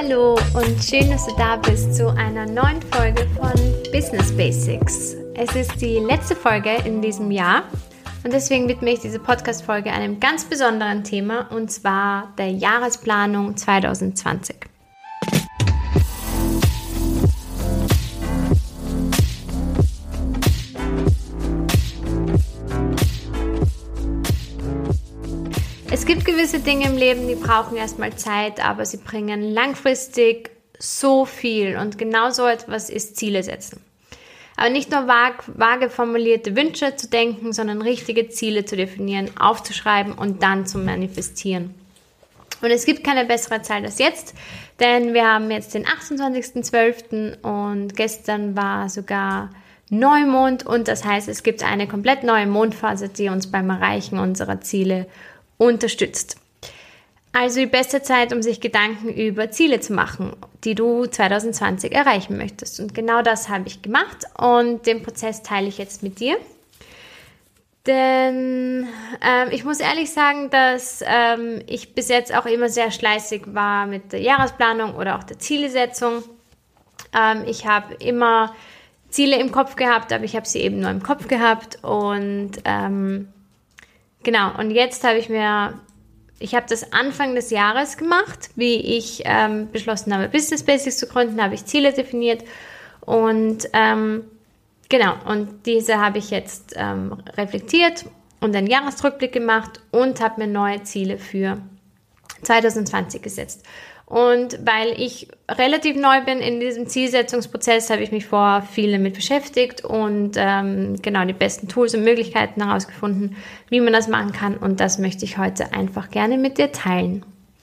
Hallo und schön, dass du da bist zu einer neuen Folge von Business Basics. Es ist die letzte Folge in diesem Jahr und deswegen widme ich diese Podcast-Folge einem ganz besonderen Thema, und zwar der Jahresplanung 2020. Es gibt gewisse Dinge im Leben, die brauchen erstmal Zeit, aber sie bringen langfristig so viel, und genau so etwas ist Ziele setzen. Aber nicht nur vage formulierte Wünsche zu denken, sondern richtige Ziele zu definieren, aufzuschreiben und dann zu manifestieren. Und es gibt keine bessere Zeit als jetzt, denn wir haben jetzt den 28.12. und gestern war sogar Neumond, und das heißt, es gibt eine komplett neue Mondphase, die uns beim Erreichen unserer Ziele unterstützt. Also die beste Zeit, um sich Gedanken über Ziele zu machen, die du 2020 erreichen möchtest. Und genau das habe ich gemacht und den Prozess teile ich jetzt mit dir. Denn ich muss ehrlich sagen, dass ich bis jetzt auch immer sehr fleißig war mit der Jahresplanung oder auch der Zielesetzung. Ich habe immer Ziele im Kopf gehabt, aber ich habe sie eben nur im Kopf gehabt. Und genau, und jetzt habe ich habe das Anfang des Jahres gemacht, wie ich beschlossen habe, Business Basics zu gründen, habe ich Ziele definiert und genau, und diese habe ich jetzt reflektiert und einen Jahresrückblick gemacht und habe mir neue Ziele für 2020 gesetzt. Und weil ich relativ neu bin in diesem Zielsetzungsprozess, habe ich mich vorher viel damit beschäftigt und genau die besten Tools und Möglichkeiten herausgefunden, wie man das machen kann. Und das möchte ich heute einfach gerne mit dir teilen.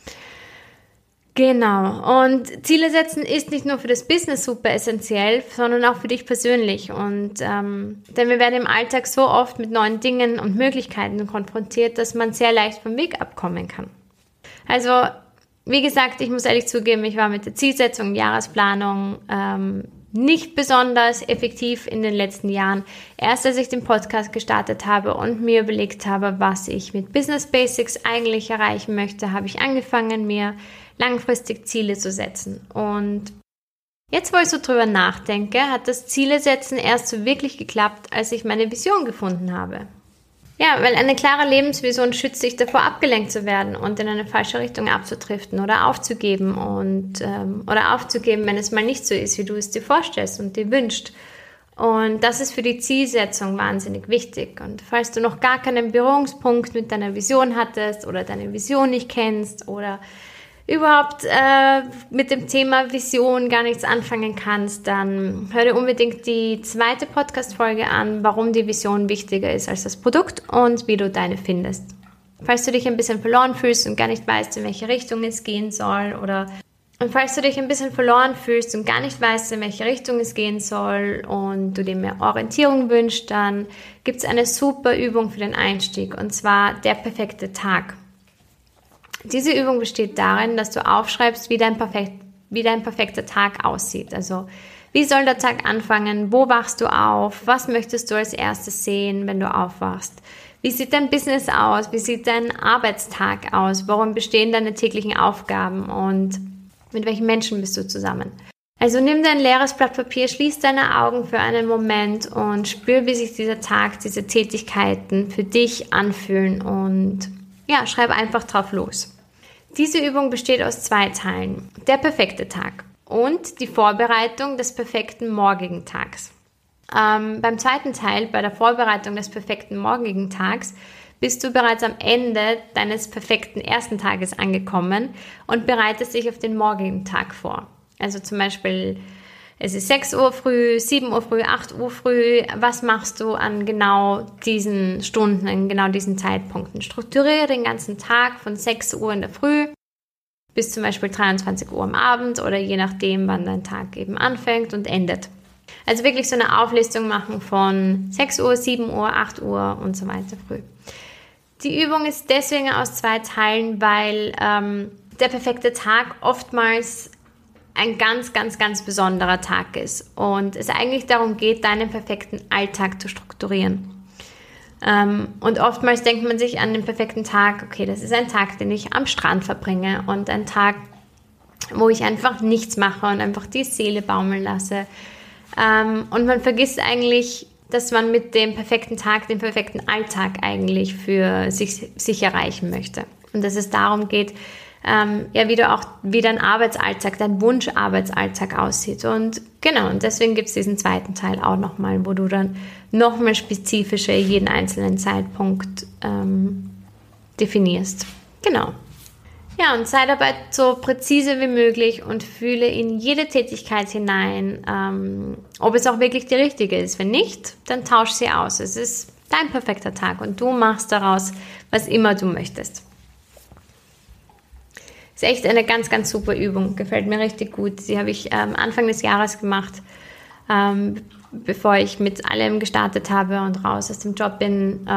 Genau, und Ziele setzen ist nicht nur für das Business super essentiell, sondern auch für dich persönlich. Und denn wir werden im Alltag so oft mit neuen Dingen und Möglichkeiten konfrontiert, dass man sehr leicht vom Weg abkommen kann. Also wie gesagt, ich muss ehrlich zugeben, ich war mit der Zielsetzung und Jahresplanung nicht besonders effektiv in den letzten Jahren. Erst als ich den Podcast gestartet habe und mir überlegt habe, was ich mit Business Basics eigentlich erreichen möchte, habe ich angefangen, mir langfristig Ziele zu setzen. Und jetzt, wo ich so drüber nachdenke, hat das Zielesetzen erst so wirklich geklappt, als ich meine Vision gefunden habe. Ja, weil eine klare Lebensvision schützt dich davor, abgelenkt zu werden und in eine falsche Richtung abzudriften oder aufzugeben wenn es mal nicht so ist, wie du es dir vorstellst und dir wünschst. Und das ist für die Zielsetzung wahnsinnig wichtig. Und falls du noch gar keinen Berührungspunkt mit deiner Vision hattest oder deine Vision nicht kennst oder überhaupt mit dem Thema Vision gar nichts anfangen kannst, dann hör dir unbedingt die zweite Podcast-Folge an, warum die Vision wichtiger ist als das Produkt und wie du deine findest. Falls du dich ein bisschen verloren fühlst und gar nicht weißt, in welche Richtung es gehen soll, und falls du dich ein bisschen verloren fühlst und gar nicht weißt, in welche Richtung es gehen soll und du dir mehr Orientierung wünschst, dann gibt es eine super Übung für den Einstieg, und zwar der perfekte Tag. Diese Übung besteht darin, dass du aufschreibst, wie dein perfekter Tag aussieht. Also, wie soll der Tag anfangen? Wo wachst du auf? Was möchtest du als erstes sehen, wenn du aufwachst? Wie sieht dein Business aus? Wie sieht dein Arbeitstag aus? Worin bestehen deine täglichen Aufgaben? Und mit welchen Menschen bist du zusammen? Also, nimm dir ein leeres Blatt Papier, schließ deine Augen für einen Moment und spür, wie sich dieser Tag, diese Tätigkeiten für dich anfühlen, und ja, schreib einfach drauf los. Diese Übung besteht aus 2 Teilen: der perfekte Tag und die Vorbereitung des perfekten morgigen Tags. Beim zweiten Teil, bei der Vorbereitung des perfekten morgigen Tags, bist du bereits am Ende deines perfekten ersten Tages angekommen und bereitest dich auf den morgigen Tag vor. Also zum Beispiel, es ist 6 Uhr früh, 7 Uhr früh, 8 Uhr früh. Was machst du an genau diesen Stunden, an genau diesen Zeitpunkten? Strukturiere den ganzen Tag von 6 Uhr in der Früh bis zum Beispiel 23 Uhr am Abend oder je nachdem, wann dein Tag eben anfängt und endet. Also wirklich so eine Auflistung machen von 6 Uhr, 7 Uhr, 8 Uhr und so weiter früh. Die Übung ist deswegen aus 2 Teilen, weil der perfekte Tag oftmals ein ganz, ganz, ganz besonderer Tag ist und es eigentlich darum geht, deinen perfekten Alltag zu strukturieren. Und oftmals denkt man sich an den perfekten Tag, okay, das ist ein Tag, den ich am Strand verbringe und ein Tag, wo ich einfach nichts mache und einfach die Seele baumeln lasse. Und man vergisst eigentlich, dass man mit dem perfekten Tag, dem perfekten Alltag eigentlich für sich erreichen möchte. Und dass es darum geht, wie dein Arbeitsalltag, dein Wunscharbeitsalltag aussieht. Und genau, und deswegen gibt es diesen zweiten Teil auch nochmal, wo du dann nochmal spezifischer jeden einzelnen Zeitpunkt definierst. Genau. Ja, und sei dabei so präzise wie möglich und fühle in jede Tätigkeit hinein, ob es auch wirklich die richtige ist. Wenn nicht, dann tausch sie aus. Es ist dein perfekter Tag und du machst daraus, was immer du möchtest. Ist echt eine ganz, ganz super Übung. Gefällt mir richtig gut. Die habe ich Anfang des Jahres gemacht, bevor ich mit allem gestartet habe und raus aus dem Job bin.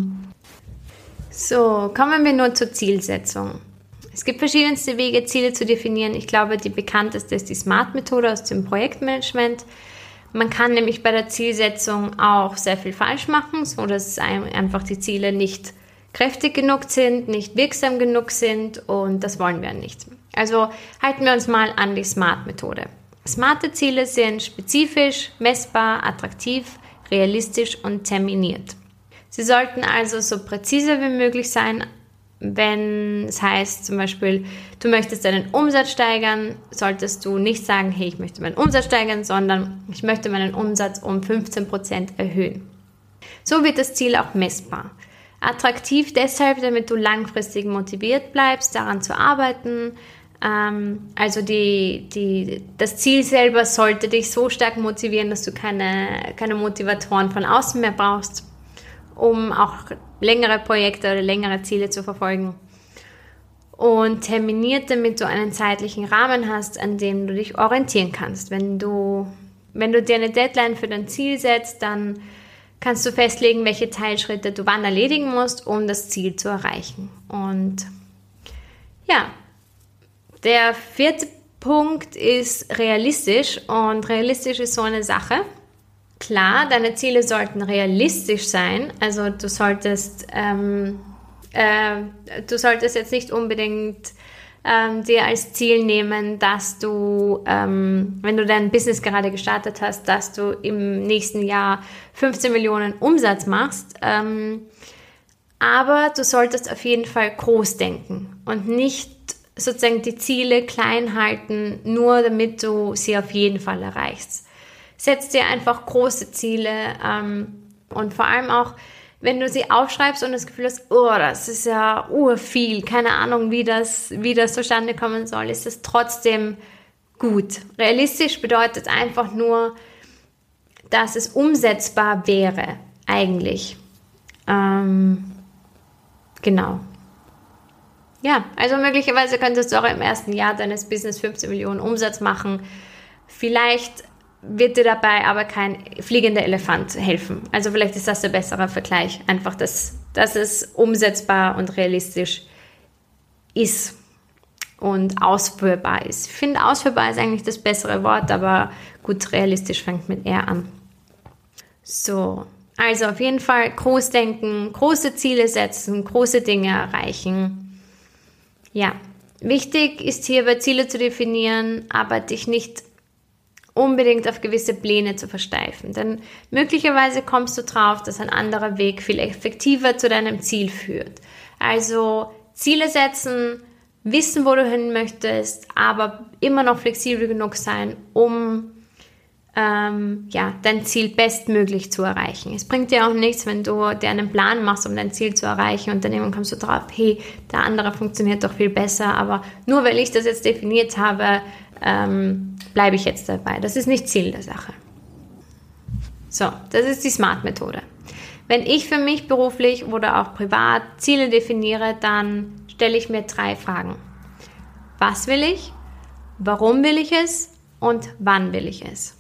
So, kommen wir nur zur Zielsetzung. Es gibt verschiedenste Wege, Ziele zu definieren. Ich glaube, die bekannteste ist die SMART-Methode aus dem Projektmanagement. Man kann nämlich bei der Zielsetzung auch sehr viel falsch machen, so dass einfach die Ziele nicht kräftig genug sind, nicht wirksam genug sind und das wollen wir nicht. Also halten wir uns mal an die SMART-Methode. Smarte Ziele sind spezifisch, messbar, attraktiv, realistisch und terminiert. Sie sollten also so präzise wie möglich sein. Wenn es heißt zum Beispiel, du möchtest deinen Umsatz steigern, solltest du nicht sagen, hey, ich möchte meinen Umsatz steigern, sondern ich möchte meinen Umsatz um 15% erhöhen. So wird das Ziel auch messbar. Attraktiv deshalb, damit du langfristig motiviert bleibst, daran zu arbeiten. Also das Ziel selber sollte dich so stark motivieren, dass du keine Motivatoren von außen mehr brauchst, um auch längere Projekte oder längere Ziele zu verfolgen. Und terminiert, damit du einen zeitlichen Rahmen hast, an dem du dich orientieren kannst. Wenn du dir eine Deadline für dein Ziel setzt, dann kannst du festlegen, welche Teilschritte du wann erledigen musst, um das Ziel zu erreichen. Und ja, der vierte Punkt ist realistisch. Und realistisch ist so eine Sache. Klar, deine Ziele sollten realistisch sein. Also du solltest jetzt nicht unbedingt dir als Ziel nehmen, dass du, wenn du dein Business gerade gestartet hast, dass du im nächsten Jahr 15 Millionen Umsatz machst. Aber du solltest auf jeden Fall groß denken und nicht sozusagen die Ziele klein halten, nur damit du sie auf jeden Fall erreichst. Setz dir einfach große Ziele und vor allem auch, wenn du sie aufschreibst und das Gefühl hast, oh, das ist ja urviel, keine Ahnung, wie das zustande kommen soll, ist es trotzdem gut. Realistisch bedeutet einfach nur, dass es umsetzbar wäre, eigentlich. Genau. Ja, also möglicherweise könntest du auch im ersten Jahr deines Business 15 Millionen Umsatz machen. Vielleicht wird dir dabei aber kein fliegender Elefant helfen. Also vielleicht ist das der bessere Vergleich. Einfach, dass es umsetzbar und realistisch ist und ausführbar ist. Ich finde, ausführbar ist eigentlich das bessere Wort, aber gut, realistisch fängt mit R an. So, also auf jeden Fall groß denken, große Ziele setzen, große Dinge erreichen. Ja, wichtig ist hierbei Ziele zu definieren, aber dich nicht unbedingt auf gewisse Pläne zu versteifen. Denn möglicherweise kommst du drauf, dass ein anderer Weg viel effektiver zu deinem Ziel führt. Also Ziele setzen, wissen, wo du hin möchtest, aber immer noch flexibel genug sein, um dein Ziel bestmöglich zu erreichen. Es bringt dir auch nichts, wenn du dir einen Plan machst, um dein Ziel zu erreichen und dann irgendwann kommst du drauf, hey, der andere funktioniert doch viel besser, aber nur weil ich das jetzt definiert habe, bleibe ich jetzt dabei. Das ist nicht Ziel der Sache. So, das ist die SMART-Methode. Wenn ich für mich beruflich oder auch privat Ziele definiere, dann stelle ich mir 3 Fragen. Was will ich? Warum will ich es? Und wann will ich es?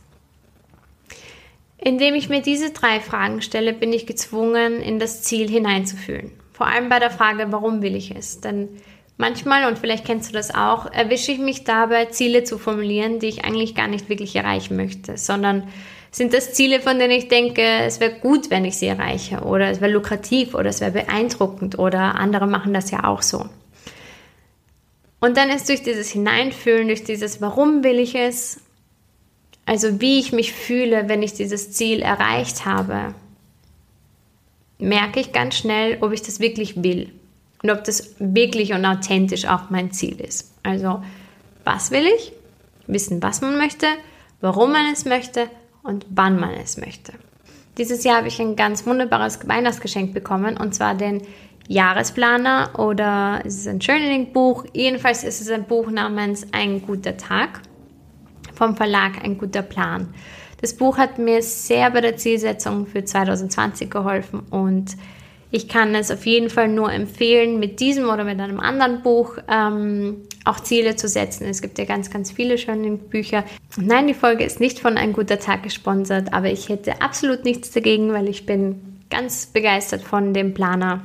Indem ich mir diese 3 Fragen stelle, bin ich gezwungen, in das Ziel hineinzufühlen. Vor allem bei der Frage, warum will ich es? Denn manchmal, und vielleicht kennst du das auch, erwische ich mich dabei, Ziele zu formulieren, die ich eigentlich gar nicht wirklich erreichen möchte, sondern sind das Ziele, von denen ich denke, es wäre gut, wenn ich sie erreiche, oder es wäre lukrativ oder es wäre beeindruckend oder andere machen das ja auch so. Und dann ist durch dieses Hineinfühlen, durch dieses Warum will ich es, also wie ich mich fühle, wenn ich dieses Ziel erreicht habe, merke ich ganz schnell, ob ich das wirklich will und ob das wirklich und authentisch auch mein Ziel ist. Also, was will ich? Wissen, was man möchte, warum man es möchte und wann man es möchte. Dieses Jahr habe ich ein ganz wunderbares Weihnachtsgeschenk bekommen, und zwar den Jahresplaner, oder es ist ein Journaling-Buch. Jedenfalls ist es ein Buch namens Ein guter Tag vom Verlag Ein guter Plan. Das Buch hat mir sehr bei der Zielsetzung für 2020 geholfen und ich kann es auf jeden Fall nur empfehlen, mit diesem oder mit einem anderen Buch auch Ziele zu setzen. Es gibt ja ganz, ganz viele schöne Bücher. Nein, die Folge ist nicht von Ein guter Tag gesponsert, aber ich hätte absolut nichts dagegen, weil ich bin ganz begeistert von dem Planer.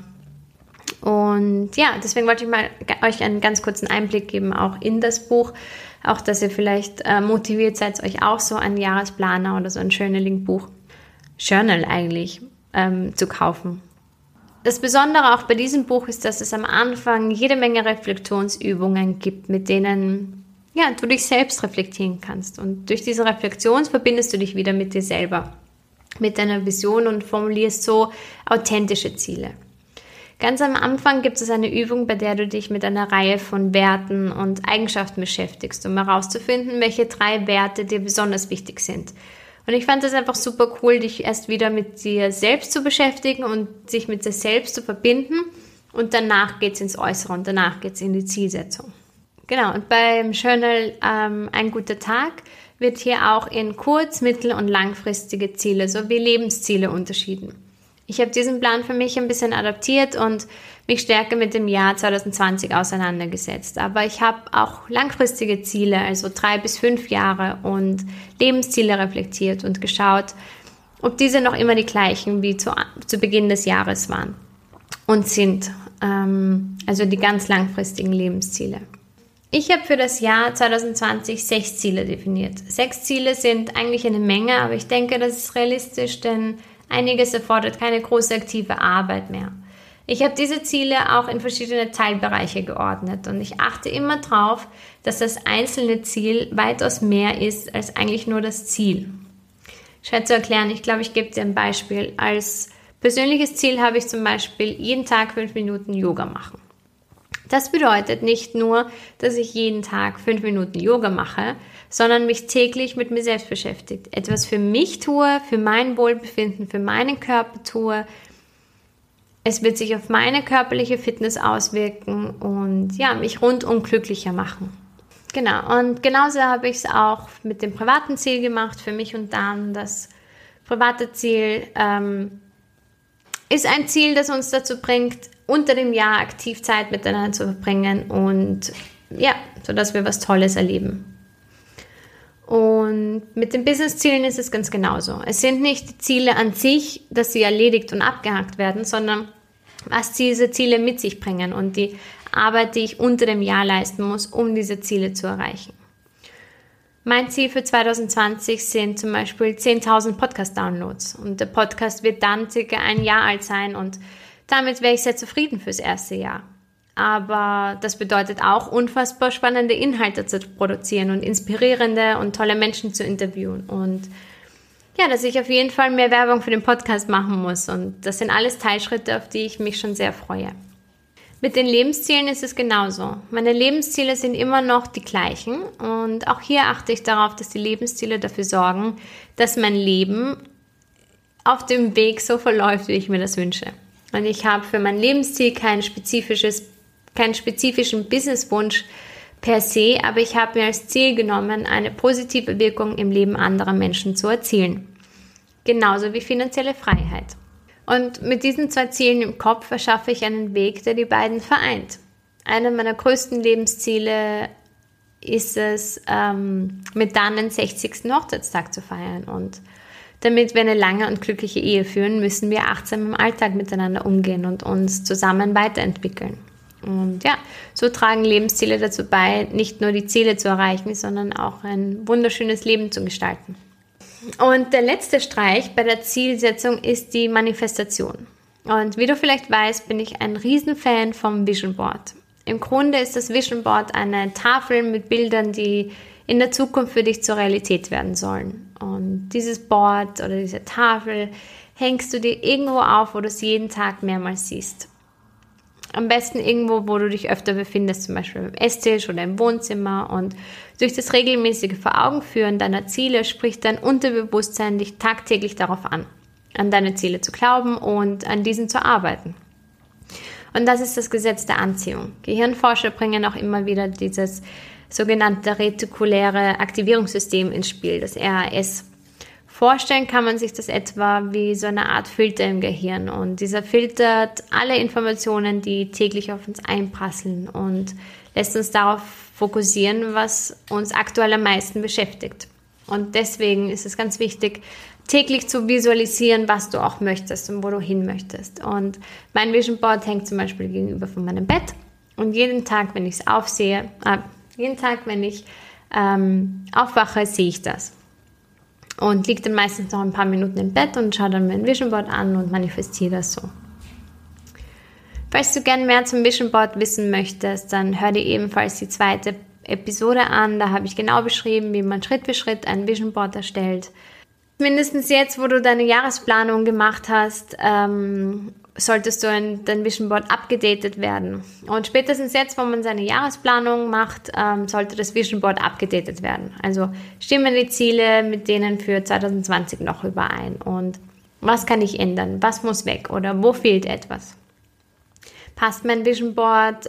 Und ja, deswegen wollte ich mal euch einen ganz kurzen Einblick geben, auch in das Buch. Auch, dass ihr vielleicht motiviert seid, euch auch so einen Jahresplaner oder so ein Journaling-Buch, Journal eigentlich, zu kaufen. Das Besondere auch bei diesem Buch ist, dass es am Anfang jede Menge Reflexionsübungen gibt, mit denen du dich selbst reflektieren kannst. Und durch diese Reflexion verbindest du dich wieder mit dir selber, mit deiner Vision und formulierst so authentische Ziele. Ganz am Anfang gibt es eine Übung, bei der du dich mit einer Reihe von Werten und Eigenschaften beschäftigst, um herauszufinden, welche 3 Werte dir besonders wichtig sind. Und ich fand es einfach super cool, dich erst wieder mit dir selbst zu beschäftigen und sich mit dir selbst zu verbinden. Und danach geht es ins Äußere und danach geht es in die Zielsetzung. Genau, und beim Journal Ein guter Tag wird hier auch in kurz-, mittel- und langfristige Ziele sowie Lebensziele unterschieden. Ich habe diesen Plan für mich ein bisschen adaptiert und mich stärker mit dem Jahr 2020 auseinandergesetzt. Aber ich habe auch langfristige Ziele, also 3 bis 5 Jahre und Lebensziele reflektiert und geschaut, ob diese noch immer die gleichen wie zu Beginn des Jahres waren und sind. Also die ganz langfristigen Lebensziele. Ich habe für das Jahr 2020 6 Ziele definiert. 6 Ziele sind eigentlich eine Menge, aber ich denke, das ist realistisch, denn einiges erfordert keine große aktive Arbeit mehr. Ich habe diese Ziele auch in verschiedene Teilbereiche geordnet und ich achte immer darauf, dass das einzelne Ziel weitaus mehr ist als eigentlich nur das Ziel. Schwer zu erklären, ich glaube, ich gebe dir ein Beispiel. Als persönliches Ziel habe ich zum Beispiel jeden Tag 5 Minuten Yoga machen. Das bedeutet nicht nur, dass ich jeden Tag 5 Minuten Yoga mache, sondern mich täglich mit mir selbst beschäftigt. Etwas für mich tue, für mein Wohlbefinden, für meinen Körper tue. Es wird sich auf meine körperliche Fitness auswirken und mich rundum glücklicher machen. Genau, und genauso habe ich es auch mit dem privaten Ziel gemacht, für mich und dann. Das private Ziel ist ein Ziel, das uns dazu bringt, unter dem Jahr aktiv Zeit miteinander zu verbringen und sodass wir was Tolles erleben. Und mit den Business-Zielen ist es ganz genauso. Es sind nicht die Ziele an sich, dass sie erledigt und abgehakt werden, sondern was diese Ziele mit sich bringen und die Arbeit, die ich unter dem Jahr leisten muss, um diese Ziele zu erreichen. Mein Ziel für 2020 sind zum Beispiel 10.000 Podcast-Downloads und der Podcast wird dann circa 1 Jahr alt sein und damit wäre ich sehr zufrieden fürs erste Jahr. Aber das bedeutet auch, unfassbar spannende Inhalte zu produzieren und inspirierende und tolle Menschen zu interviewen. Und dass ich auf jeden Fall mehr Werbung für den Podcast machen muss. Und das sind alles Teilschritte, auf die ich mich schon sehr freue. Mit den Lebenszielen ist es genauso. Meine Lebensziele sind immer noch die gleichen. Und auch hier achte ich darauf, dass die Lebensziele dafür sorgen, dass mein Leben auf dem Weg so verläuft, wie ich mir das wünsche. Und ich habe für mein Lebensziel keinen spezifischen Businesswunsch per se, aber ich habe mir als Ziel genommen, eine positive Wirkung im Leben anderer Menschen zu erzielen. Genauso wie finanzielle Freiheit. Und mit diesen 2 Zielen im Kopf erschaffe ich einen Weg, der die beiden vereint. Einer meiner größten Lebensziele ist es, mit Dan den 60. Hochzeitstag zu feiern. Und damit wir eine lange und glückliche Ehe führen, müssen wir achtsam im Alltag miteinander umgehen und uns zusammen weiterentwickeln. Und so tragen Lebensziele dazu bei, nicht nur die Ziele zu erreichen, sondern auch ein wunderschönes Leben zu gestalten. Und der letzte Streich bei der Zielsetzung ist die Manifestation. Und wie du vielleicht weißt, bin ich ein Riesenfan vom Vision Board. Im Grunde ist das Vision Board eine Tafel mit Bildern, die in der Zukunft für dich zur Realität werden sollen. Und dieses Board oder diese Tafel hängst du dir irgendwo auf, wo du es jeden Tag mehrmals siehst. Am besten irgendwo, wo du dich öfter befindest, zum Beispiel im Esstisch oder im Wohnzimmer. Und durch das regelmäßige Vor-Augen-Führen deiner Ziele spricht dein Unterbewusstsein dich tagtäglich darauf an deine Ziele zu glauben und an diesen zu arbeiten. Und das ist das Gesetz der Anziehung. Gehirnforscher bringen auch immer wieder dieses sogenannte retikuläre Aktivierungssystem ins Spiel, das RAS. Vorstellen kann man sich das etwa wie so eine Art Filter im Gehirn. Und dieser filtert alle Informationen, die täglich auf uns einprasseln und lässt uns darauf fokussieren, was uns aktuell am meisten beschäftigt. Und deswegen ist es ganz wichtig, täglich zu visualisieren, was du auch möchtest und wo du hin möchtest. Und mein Vision Board hängt zum Beispiel gegenüber von meinem Bett. Und jeden Tag, wenn ich es aufwache, sehe ich das. Und liege dann meistens noch ein paar Minuten im Bett und schaue dann mein Vision Board an und manifestiere das so. Falls du gerne mehr zum Vision Board wissen möchtest, dann hör dir ebenfalls die 2. Episode an. Da habe ich genau beschrieben, wie man Schritt für Schritt ein Vision Board erstellt. Mindestens jetzt, wo du deine Jahresplanung gemacht hast, solltest du dein Vision Board abgedatet werden. Und spätestens jetzt, wo man seine Jahresplanung macht, sollte das Vision Board abgedatet werden. Also stimmen die Ziele mit denen für 2020 noch überein. Und was kann ich ändern? Was muss weg? Oder wo fehlt etwas? Passt mein Vision Board,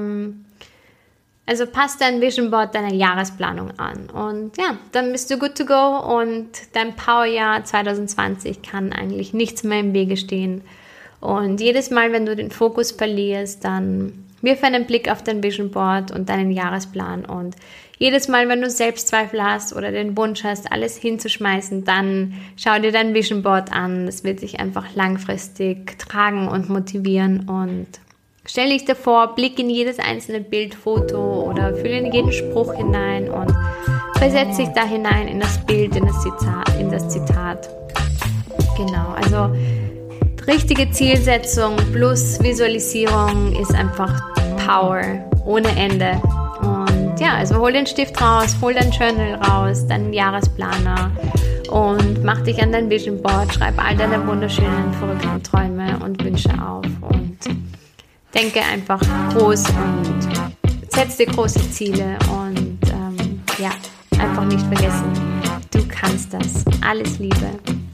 passt dein Vision Board deiner Jahresplanung an. Und ja, dann bist du good to go und dein Powerjahr 2020 kann eigentlich nichts mehr im Wege stehen. Und jedes Mal, wenn du den Fokus verlierst, dann wirf einen Blick auf dein Vision Board und deinen Jahresplan. Und jedes Mal, wenn du Selbstzweifel hast oder den Wunsch hast, alles hinzuschmeißen, dann schau dir dein Vision Board an. Das wird dich einfach langfristig tragen und motivieren. Und stell dich davor, blick in jedes einzelne Bild, Foto oder fühle in jeden Spruch hinein und versetz dich da hinein in das Bild, in das Zitat. Genau, also richtige Zielsetzung plus Visualisierung ist einfach Power ohne Ende. Und ja, also hol den Stift raus, hol dein Journal raus, deinen Jahresplaner und mach dich an dein Vision Board, schreib all deine wunderschönen, verrückten Träume und Wünsche auf und denke einfach groß und setz dir große Ziele und einfach nicht vergessen, du kannst das. Alles Liebe.